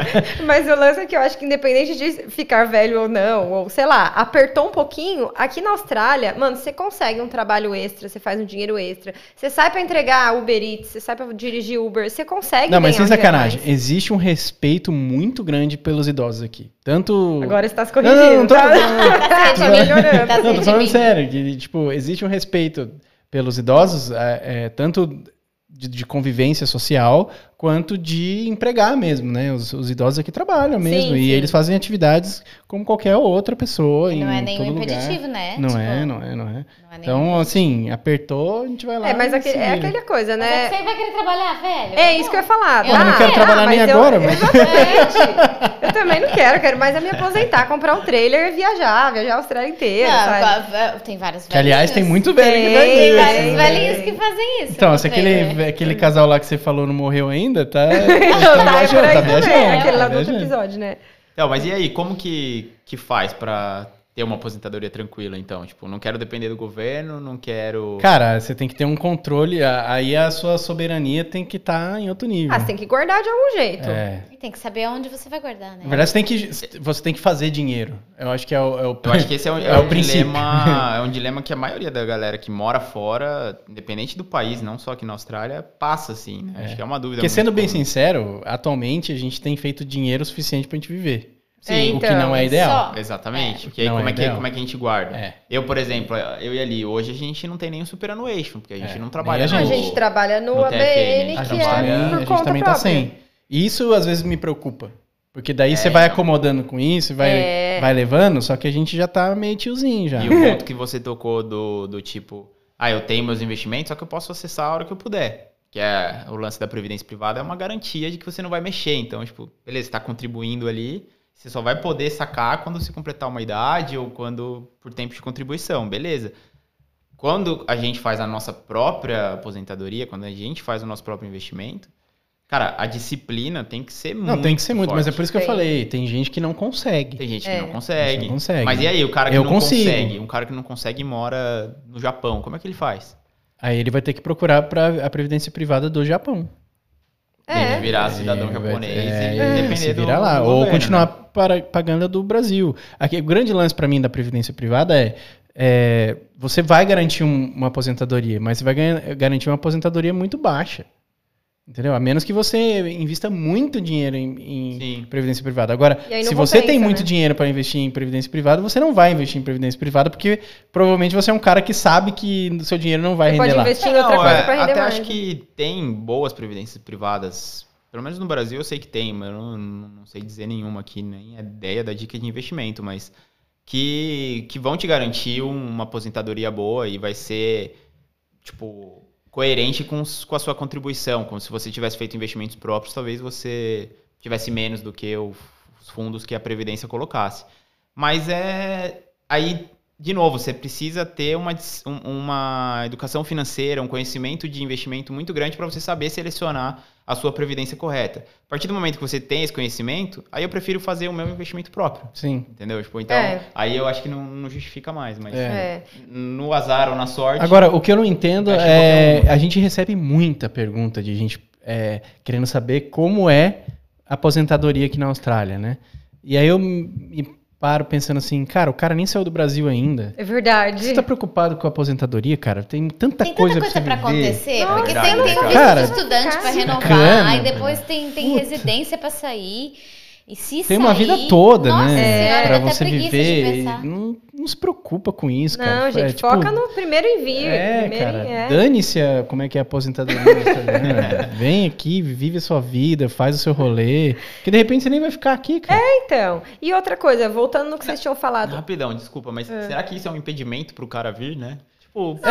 Mas o lance é que eu acho que independente de ficar velho ou não, ou sei lá, apertou um pouquinho, aqui na Austrália, mano, você consegue um trabalho extra, você faz um dinheiro extra, você sai pra entregar Uber Eats, você sai pra dirigir Uber, você consegue Não, mas sem ganhar um dinheiro sacanagem. mais. Existe um respeito muito grande pelos idosos aqui. Tanto... Agora você tá se Não, corrigindo, não tô... tá? Tá Tá melhorando. Tá Não, tô sentindo falando bem. sério, que, tipo, existe um respeito pelos idosos, tanto de convivência social, quanto de empregar mesmo, né? Os idosos aqui trabalham mesmo, e sim. eles fazem atividades como qualquer outra pessoa E não é em nenhum todo lugar. impeditivo, né? Não Tipo, é. não é nenhum Então, assim, apertou, a gente vai lá. Mas e se vira. aquela coisa, Mas é né? que você vai querer trabalhar, velho? É isso que eu ia falar. Eu não quero trabalhar nem agora, mas- Exatamente. Eu também não quero mais é me aposentar, comprar um trailer e viajar a Austrália inteira, sabe? Tem vários velhinhos. Que, aliás, tem muito velho que Tem, vai Tem ver. vários Sim. velhinhos que fazem isso. Então, no se trailer. aquele casal lá que você falou não morreu ainda, tá Tá, viajando, por aí tá também, viajando. aquele lá tá do outro viajando. episódio, né? Então, mas e aí, como que faz pra ter uma aposentadoria tranquila, então? Tipo, não quero depender do governo, não quero... Cara, você tem que ter um controle, aí a sua soberania tem que estar em outro nível. Você tem que guardar de algum jeito. E tem que saber onde você vai guardar, né? Na verdade, você tem que fazer dinheiro. Eu acho que é o Eu acho que esse é o um princípio. dilema, é um dilema que a maioria da galera que mora fora, independente do país, não só aqui na Austrália, passa, assim, né? Acho que é uma dúvida Porque, sendo muito bem comum. sincero, atualmente a gente tem feito dinheiro suficiente pra gente viver. Sim, O que não é ideal. Exatamente. Porque aí Não como é é que ideal. a gente guarda? É. Eu, por exemplo, eu e ali, hoje a gente não tem nenhum superannuation, porque a gente não nem trabalha a A gente. gente trabalha no no ABN, TFN, A que gente é também, por conta tá própria. sem. E isso às vezes me preocupa. Porque daí você vai então. acomodando com isso, vai levando, só que a gente já tá meio tiozinho já. E o ponto que você tocou do tipo, eu tenho meus investimentos, só que eu posso acessar a hora que eu puder. Que é o lance da previdência privada, é uma garantia de que você não vai mexer. Então, tipo, beleza, você tá contribuindo ali, você só vai poder sacar quando você completar uma idade ou quando por tempo de contribuição, beleza. Quando a gente faz a nossa própria aposentadoria, quando a gente faz o nosso próprio investimento, cara, a disciplina tem que ser muito Não, tem que ser muito, mas é forte. por isso que eu Tem. falei, tem gente que não consegue. Tem gente que não consegue. Não consegue. Mas e aí, o cara que Eu não consigo. consegue? Um cara que não consegue e mora no Japão, como é que ele faz? Aí ele vai ter que procurar para a previdência privada do Japão. Tem que virar cidadão Vai- japonês é, e depender se do virar lá. do Ou governo, continuar né? pagando a do Brasil. Aqui, o grande lance para mim da previdência privada é você vai garantir uma aposentadoria, mas você vai garantir uma aposentadoria muito baixa. Entendeu? A menos que você invista muito dinheiro em Sim. previdência privada. Agora, E aí não se você tem compensa, muito né? dinheiro para investir em previdência privada, você não vai investir em previdência privada porque provavelmente você é um cara que sabe que o seu dinheiro não vai Você render pode lá. investir em outra coisa pra render até mais. acho que tem boas previdências privadas, pelo menos no Brasil eu sei que tem, mas eu não sei dizer nenhuma aqui, nem a ideia da dica de investimento, mas que vão te garantir uma aposentadoria boa e vai ser, tipo, coerente com a sua contribuição, como se você tivesse feito investimentos próprios, talvez você tivesse menos do que os fundos que a Previdência colocasse. Mas aí, de novo, você precisa ter uma educação financeira, um conhecimento de investimento muito grande para você saber selecionar a sua previdência correta. A partir do momento que você tem esse conhecimento, aí eu prefiro fazer o meu investimento próprio. Sim. Entendeu? Tipo, então, aí eu acho que não justifica mais, mas no azar ou na sorte... Agora, o que eu não entento Acho que é... qualquer um. A gente recebe muita pergunta de gente querendo saber como é a aposentadoria aqui na Austrália, né? E aí eu me paro pensando assim, cara, o cara nem saiu do Brasil ainda. É verdade. Você tá preocupado com a aposentadoria, cara? Tem tanta coisa pra acontecer, Nossa, porque tem um visto cara, de estudante pra renovar, bacana, aí depois tem residência pra sair. E se tem sair, uma vida toda, nossa né? senhora, Pra dá até você preguiça de viver. pensar. Não se preocupa com isso, cara. Não, gente, foca no primeiro envio. Dane-se como é que é a aposentadoria. Vem aqui, vive a sua vida, faz o seu rolê. Porque de repente você nem vai ficar aqui, cara. Então. E outra coisa, voltando no que vocês tinham falado. Rapidão, desculpa, mas será que isso é um impedimento pro cara vir, né? Tipo,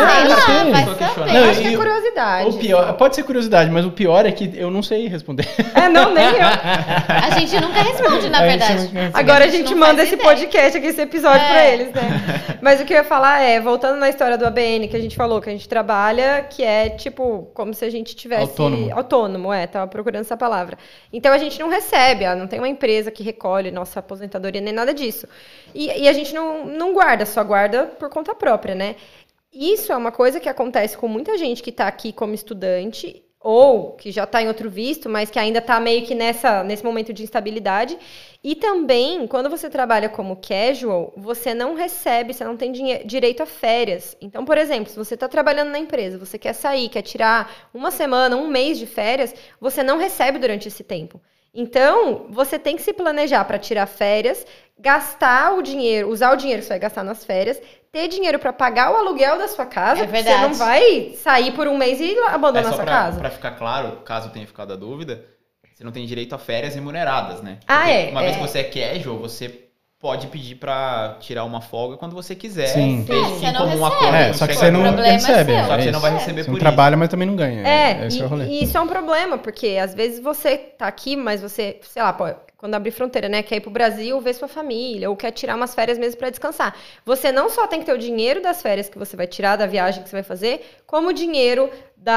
acho que é curiosidade. O pior, pode ser curiosidade, mas o pior é que eu não sei responder. Não, nem eu. A gente nunca responde, na verdade. Agora a gente manda esse podcast aqui, esse episódio pra eles, né? Mas o que eu ia falar voltando na história do ABN, que a gente falou, que a gente trabalha, que é tipo, como se a gente tivesse... Autônomo, tava procurando essa palavra. Então a gente não recebe, não tem uma empresa que recolhe nossa aposentadoria, nem nada disso. E a gente não guarda, só guarda por conta própria, né? Isso é uma coisa que acontece com muita gente que está aqui como estudante ou que já está em outro visto, mas que ainda está meio que nesse momento de instabilidade. E também, quando você trabalha como casual, você não tem direito a férias. Então, por exemplo, se você está trabalhando na empresa, você quer sair, quer tirar uma semana, um mês de férias, você não recebe durante esse tempo. Então, você tem que se planejar para tirar férias, gastar o dinheiro, usar o dinheiro que você vai gastar nas férias, ter dinheiro para pagar o aluguel da sua casa. Verdade. Você não vai sair por um mês e abandonar a sua casa. Para ficar claro, caso tenha ficado a dúvida, você não tem direito a férias remuneradas, né? Uma vez que você é casual, você pode pedir para tirar uma folga quando você quiser. Sim. Você não recebe. Só que você não recebe. Só que você não vai receber por isso. Você não trabalha, mas também não ganha. Esse é o rolê. E isso é um problema, porque às vezes você tá aqui, mas você, sei lá, quando abrir fronteira, né, quer ir pro Brasil ver sua família, ou quer tirar umas férias mesmo para descansar. Você não só tem que ter o dinheiro das férias que você vai tirar, da viagem que você vai fazer, como o dinheiro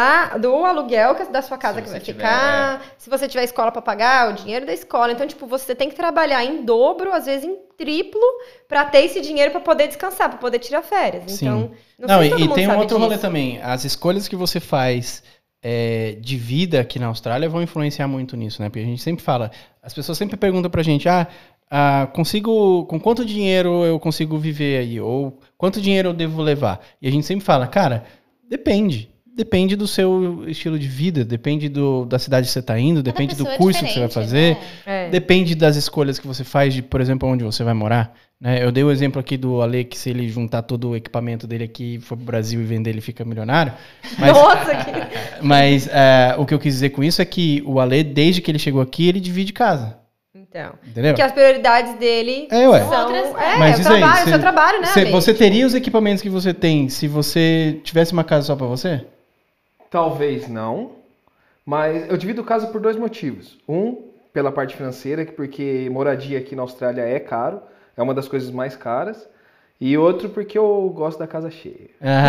do aluguel da sua casa que vai ficar, se você tiver escola para pagar, o dinheiro da escola. Então, tipo, você tem que trabalhar em dobro, às vezes em triplo, para ter esse dinheiro para poder descansar, para poder tirar férias. Sim. Então, não sei se todo mundo tem um outro rolê também. As escolhas que você faz de vida aqui na Austrália vão influenciar muito nisso, né? Porque a gente sempre fala, as pessoas sempre perguntam pra gente, com quanto dinheiro eu consigo viver aí? Ou quanto dinheiro eu devo levar? E a gente sempre fala, cara, depende. Depende do seu estilo de vida, depende da cidade que você está indo, depende do curso que você vai fazer, depende das escolhas que você faz de, por exemplo, onde você vai morar. Né? Eu dei o exemplo aqui do Ale, que se ele juntar todo o equipamento dele aqui, for pro Brasil e vender, ele fica milionário. Mas, mas o que eu quis dizer com isso é que o Ale, desde que ele chegou aqui, ele divide casa. Então, entendeu? Porque as prioridades dele são outras. Mas o seu trabalho, né? Você teria os equipamentos que você tem se você tivesse uma casa só para você? Talvez não, mas eu divido o caso por 2 motivos. Pela parte financeira, porque moradia aqui na Austrália é caro, é uma das coisas mais caras. E outro porque eu gosto da casa cheia.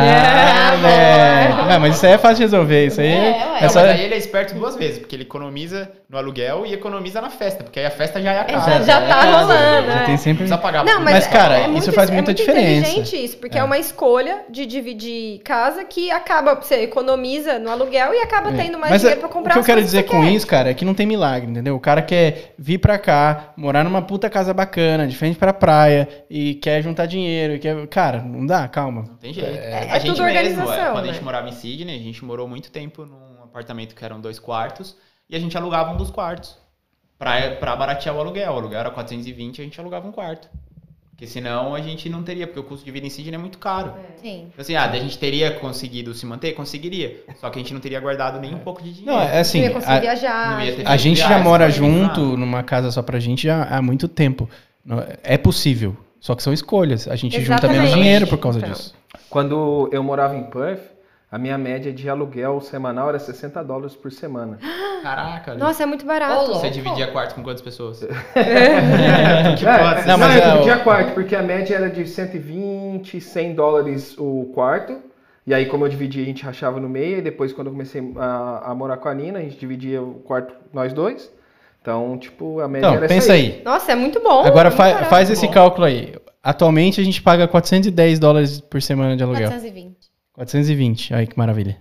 Não, mas isso aí é fácil de resolver. Isso aí mas aí ele é esperto 2 vezes, porque ele economiza no aluguel e economiza na festa, porque aí a festa já é a casa. Já tá rolando. Já tem sempre... Precisa pagar. Não, mas cara, isso faz muita diferença. É inteligente isso, porque é uma escolha de dividir casa que acaba, você economiza no aluguel e acaba tendo mais dinheiro pra comprar. O que eu quero dizer com isso, cara, é que não tem milagre, entendeu? O cara quer vir pra cá, morar numa puta casa bacana, de frente pra praia, e quer juntar dinheiro. Cara, não dá, calma. Não tem jeito. A gente tudo organização, mesmo, quando a gente morava em Sydney, a gente morou muito tempo num apartamento que eram 2 quartos e a gente alugava um dos quartos pra baratear o aluguel. O aluguel era 420 e a gente alugava um quarto. Porque senão a gente não teria, porque o custo de vida em Sydney é muito caro. Sim. Então assim, a gente teria conseguido se manter? Conseguiria. Só que a gente não teria guardado nem um pouco de dinheiro. Não, é assim, não ia conseguir viajar. A gente já mora junto numa casa só pra gente há muito tempo. É possível. Só que são escolhas. A gente junta menos dinheiro por causa disso. Quando eu morava em Perth, a minha média de aluguel semanal era $60 por semana. Caraca. Nossa, é muito barato. Você dividia quarto com quantas pessoas? Não, mas eu dividia quarto, porque a média era de 120, $100 o quarto. E aí, como eu dividia, a gente rachava no meio. E depois, quando eu comecei a morar com a Nina, a gente dividia o quarto nós dois. Então, tipo, a média era pensa aí. Nossa, é muito bom. Agora faz esse cálculo aí. Atualmente a gente paga $410 por semana de aluguel. 420. 420, aí que maravilha.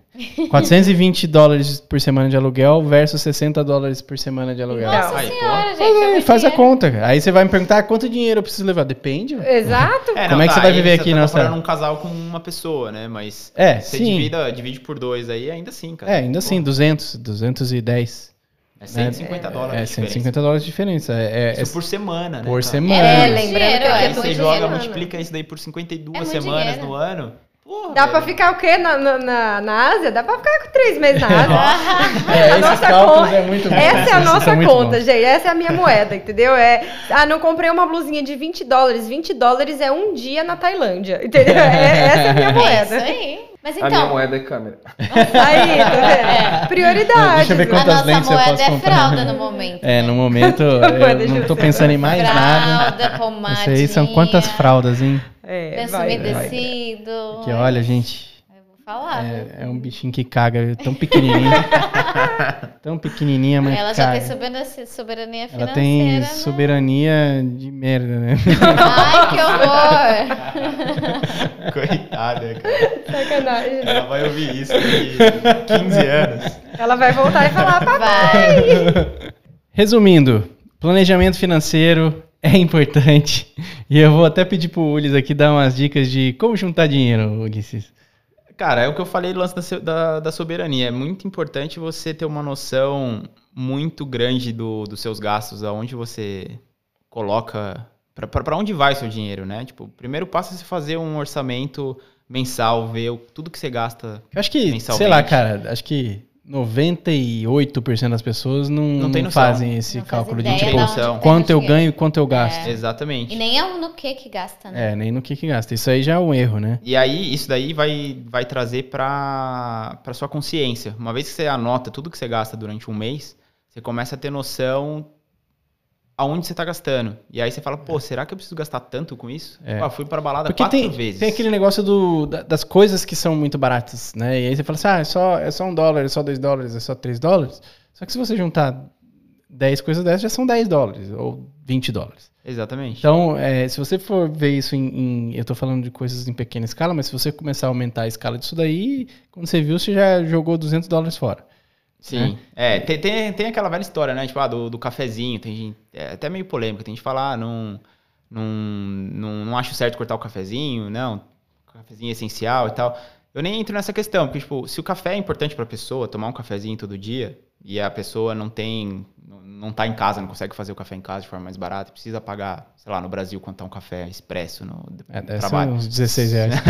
$420 por semana de aluguel versus $60 por semana de aluguel. Nossa senhora, gente. Faz a conta. Aí você vai me perguntar quanto dinheiro eu preciso levar. Depende. Exato. Como é que você vai viver aqui na nossa... Você tá um casal com uma pessoa, né? Mas você divide por 2 aí, ainda assim, cara. Ainda assim, 210. É $150. É $150 de diferença. Isso por semana, né? Por semana. Lembrando que aí você joga, multiplica isso daí por 52 semanas no ano. Porra, dá pra ficar o quê na Ásia? Dá pra ficar com 3 meses na Ásia. Esses cálculos é muito bom. Essa é a nossa conta, gente. Essa é a minha moeda, entendeu? Não comprei uma blusinha de $20. $20 é um dia na Tailândia, entendeu? Essa é a minha moeda. É isso aí. Mas então, a minha moeda é câmera. Aí, tá vendo? Prioridade. Deixa eu ver quantas lentes eu posso comprar. A nossa moeda é fralda no momento. No momento eu não tô pensando em mais nada. Fralda, pomadinha. Isso aí são quantas fraldas, hein? Lenço umedecido. Que olha, gente. Eu vou falar. É um bichinho que caga, tão pequenininho. Tão pequenininha, mas ela já tem soberania financeira. Ela tem soberania de merda, né? Ai, que horror! Coitada, cara. Sacanagem. Ela vai ouvir isso daqui 15 anos. Ela vai voltar e falar, papai! Resumindo, planejamento financeiro é importante. E eu vou até pedir pro Ulis aqui dar umas dicas de como juntar dinheiro, Ulisses. Cara, é o que eu falei do lance da soberania. É muito importante você ter uma noção muito grande dos seus gastos, aonde você coloca, para onde vai o seu dinheiro, né? Tipo, o primeiro passo é você fazer um orçamento mensal, ver tudo que você gasta. Eu acho que, sei lá, cara, acho que 98% das pessoas não fazem esse cálculo de tipo, quanto eu ganho e quanto eu gasto. Exatamente. E nem é no que gasta, né? Nem no que gasta. Isso aí já é um erro, né? E aí, isso daí vai trazer pra sua consciência. Uma vez que você anota tudo que você gasta durante um mês, você começa a ter noção aonde você tá gastando. E aí você fala, pô, será que eu preciso gastar tanto com isso? Pô, fui pra balada 4 vezes. Tem aquele negócio das coisas que são muito baratas, né? E aí você fala assim, é só $1, é só $2, é só $3. Só que se você juntar 10 coisas dessas, já são $10 ou $20. Exatamente. Então, se você for ver isso eu tô falando de coisas em pequena escala, mas se você começar a aumentar a escala disso daí, quando você viu, você já jogou $200 fora. Sim, tem aquela velha história, né, tipo, do cafezinho, tem gente, até meio polêmica, tem gente que fala, não acho certo cortar o cafezinho, não, o cafezinho é essencial e tal. Eu nem entro nessa questão, porque, tipo, se o café é importante pra pessoa, tomar um cafezinho todo dia, e a pessoa não tá em casa, não consegue fazer o café em casa de forma mais barata, precisa pagar, sei lá, no Brasil, quanto tá um café expresso no trabalho. Uns R$16.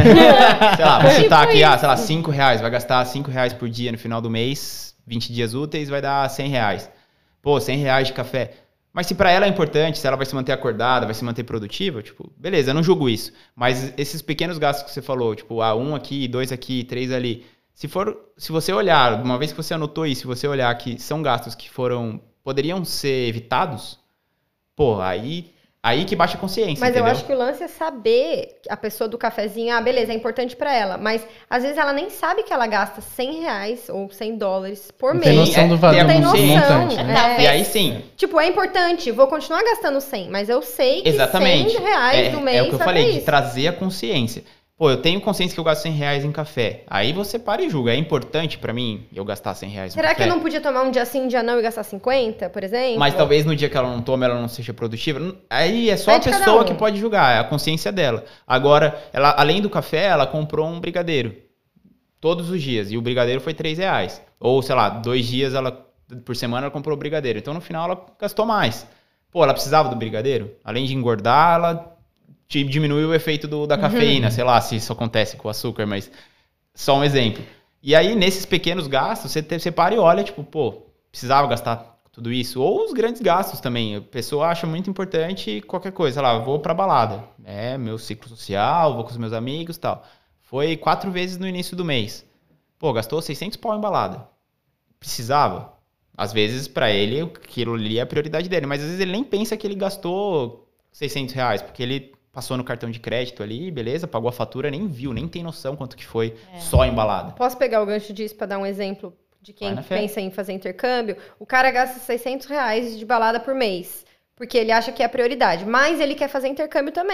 Sei lá, vou chutar aqui, sei lá, R$5, vai gastar R$5 por dia no final do mês, 20 dias úteis, vai dar R$100. Pô, R$100 de café. Mas se pra ela é importante, se ela vai se manter acordada, vai se manter produtiva, tipo, beleza, eu não julgo isso. Mas esses pequenos gastos que você falou, tipo, 1 aqui, 2 aqui, 3 ali. Se você olhar, uma vez que você anotou isso, se você olhar que são gastos que poderiam ser evitados, pô, aí que baixa a consciência, mas entendeu? Eu acho que o lance é saber a pessoa do cafezinho, beleza, é importante pra ela, mas às vezes ela nem sabe que ela gasta R$100 ou $100 por mês. Tem noção do valor. Não tem noção. Montante, né? E aí sim. Tipo, é importante, vou continuar gastando 100, mas eu sei que exatamente. R$100 do mês é o que eu falei, isso. de trazer a consciência. Pô, eu tenho consciência que eu gasto R$100 em café. Aí você para e julga. É importante pra mim eu gastar R$100 em café? Será que eu não podia tomar um dia sim, um dia não e gastar 50, por exemplo? Mas talvez no dia que ela não toma, ela não seja produtiva. Aí é só a pessoa que pode julgar, é a consciência dela. Agora, ela, além do café, ela comprou um brigadeiro. Todos os dias. E o brigadeiro foi R$3. Ou, sei lá, 2 dias por semana ela comprou o brigadeiro. Então, no final, ela gastou mais. Pô, ela precisava do brigadeiro? Além de engordar, ela diminui o efeito da cafeína, sei lá se isso acontece com o açúcar, mas só um exemplo. E aí, nesses pequenos gastos, você para e olha, tipo, pô, precisava gastar tudo isso? Ou os grandes gastos também. A pessoa acha muito importante qualquer coisa, sei lá, vou pra balada, meu ciclo social, vou com os meus amigos e tal. Foi 4 vezes no início do mês. Pô, gastou £600 em balada. Precisava? Às vezes, pra ele, aquilo ali é a prioridade dele, mas às vezes ele nem pensa que ele gastou R$600, porque ele passou no cartão de crédito ali, beleza, pagou a fatura, nem viu, nem tem noção quanto que foi só embalada. Posso pegar o gancho disso para dar um exemplo de quem pensa em fazer intercâmbio? O cara gasta R$600 de balada por mês, porque ele acha que é a prioridade, mas ele quer fazer intercâmbio também.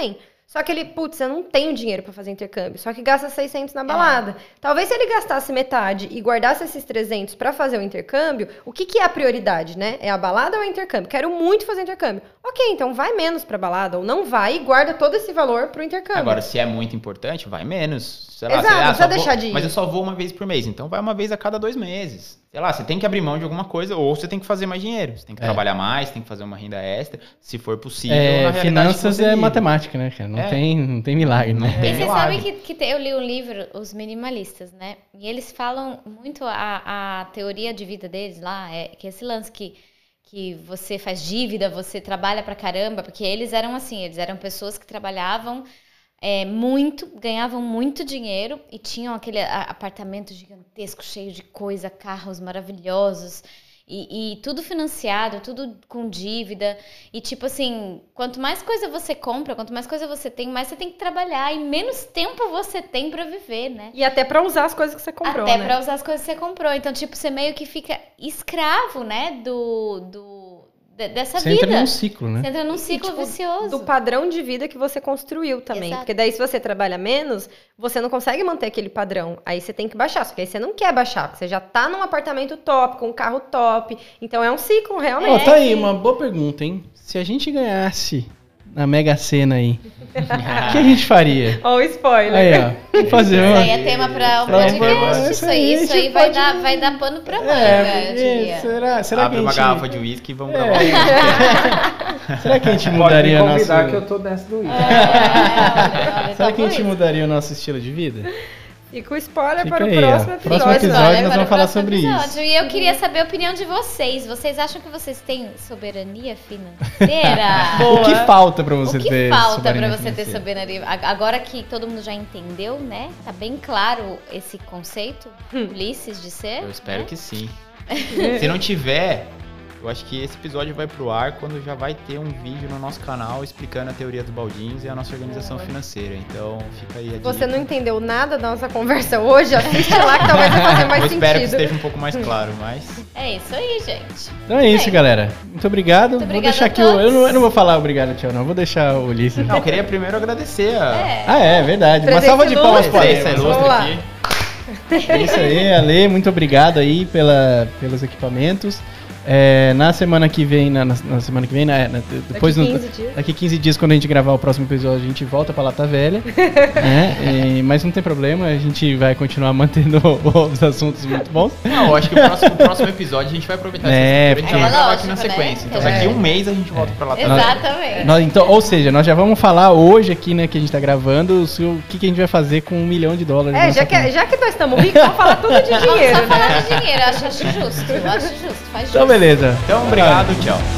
Só que ele, putz, eu não tenho dinheiro pra fazer intercâmbio, só que gasta 600 na balada. Talvez se ele gastasse metade e guardasse esses 300 pra fazer o intercâmbio, o que é a prioridade, né? É a balada ou é o intercâmbio? Quero muito fazer intercâmbio. Ok, então vai menos pra balada, ou não vai e guarda todo esse valor pro intercâmbio. Agora, se é muito importante, vai menos. Sei lá, Exato, não precisa deixar de ir. Mas eu só vou uma vez por mês, então vai uma vez a cada 2 meses. Sei lá, você tem que abrir mão de alguma coisa ou você tem que fazer mais dinheiro. Você tem que trabalhar mais, tem que fazer uma renda extra, se for possível. Na finanças é matemática, né, cara? Não tem milagre, né? E você sabe que eu li um livro, Os Minimalistas, né? E eles falam muito a teoria de vida deles lá, que esse lance que você faz dívida, você trabalha pra caramba, porque eles eram assim, eles eram pessoas que trabalhavam muito, ganhavam muito dinheiro e tinham aquele apartamento gigantesco, cheio de coisa, carros maravilhosos e tudo financiado, tudo com dívida. E tipo assim, quanto mais coisa você compra, quanto mais coisa você tem, mais você tem que trabalhar e menos tempo você tem pra viver, né? E até pra usar as coisas que você comprou, Até pra usar as coisas que você comprou. Então, tipo, você meio que fica escravo, né, dessa vida. Você entra num ciclo, né? Você entra num ciclo vicioso. Do padrão de vida que você construiu também. Exato. Porque daí, se você trabalha menos, você não consegue manter aquele padrão. Aí você tem que baixar. Só que aí você não quer baixar, porque você já tá num apartamento top, com um carro top. Então é um ciclo, realmente. Tá aí, uma boa pergunta, hein? Se a gente ganhasse na Mega Sena aí, o que a gente faria? Ó, o spoiler. Aí, ó. Vamos fazer Isso aí é tema para o podcast. Isso aí vai dar pano pra manga, eu diria. Será Abre uma garrafa de uísque e vamos gravar. Será que a gente mudaria Pode me convidar que eu tô nessa do uísque. Será que a gente mudaria o nosso estilo de vida? E com spoiler Fica para o aí, próximo episódio. Próximo episódio nós vamos falar sobre isso. E eu queria saber a opinião de vocês. Vocês acham que vocês têm soberania financeira? O que falta para você ter soberania? O que falta para você ter soberania? Agora que todo mundo já entendeu, né? Tá bem claro esse conceito, Ulisses, de ser? Eu espero que sim. Se não tiver, eu acho que esse episódio vai pro ar quando já vai ter um vídeo no nosso canal explicando a teoria dos baldinhos e a nossa organização financeira. Então, fica aí a dica. Você não entendeu nada da nossa conversa hoje? Assiste lá que talvez vai fazer mais sentido. Eu espero que esteja um pouco mais claro, mas... É isso aí, gente. Então é isso, galera. Muito obrigado. Vou deixar aqui eu não vou falar obrigado, tchau, não. Vou deixar o Ulisses. Não, eu queria primeiro agradecer verdade. Uma salva de palmas para ele. Vamos lá. É isso aí, Ale. Muito obrigado aí pelos equipamentos. Na semana que vem, depois daqui 15 dias, quando a gente gravar o próximo episódio, a gente volta pra Lata Velha. Né? Mas não tem problema, a gente vai continuar mantendo os assuntos muito bons. Não, eu acho que o próximo episódio a gente vai aproveitar essa porque a gente vai gravar aqui na sequência. Então daqui um mês a gente volta pra Lata Velha. Exatamente. Então, ou seja, nós já vamos falar hoje aqui, né, que a gente tá gravando, o que a gente vai fazer com $1 milhão. Já que nós estamos ricos, vamos falar tudo de dinheiro. Vamos só falar de dinheiro, acho justo. Faz justo. Então, beleza. Então, obrigado, tchau.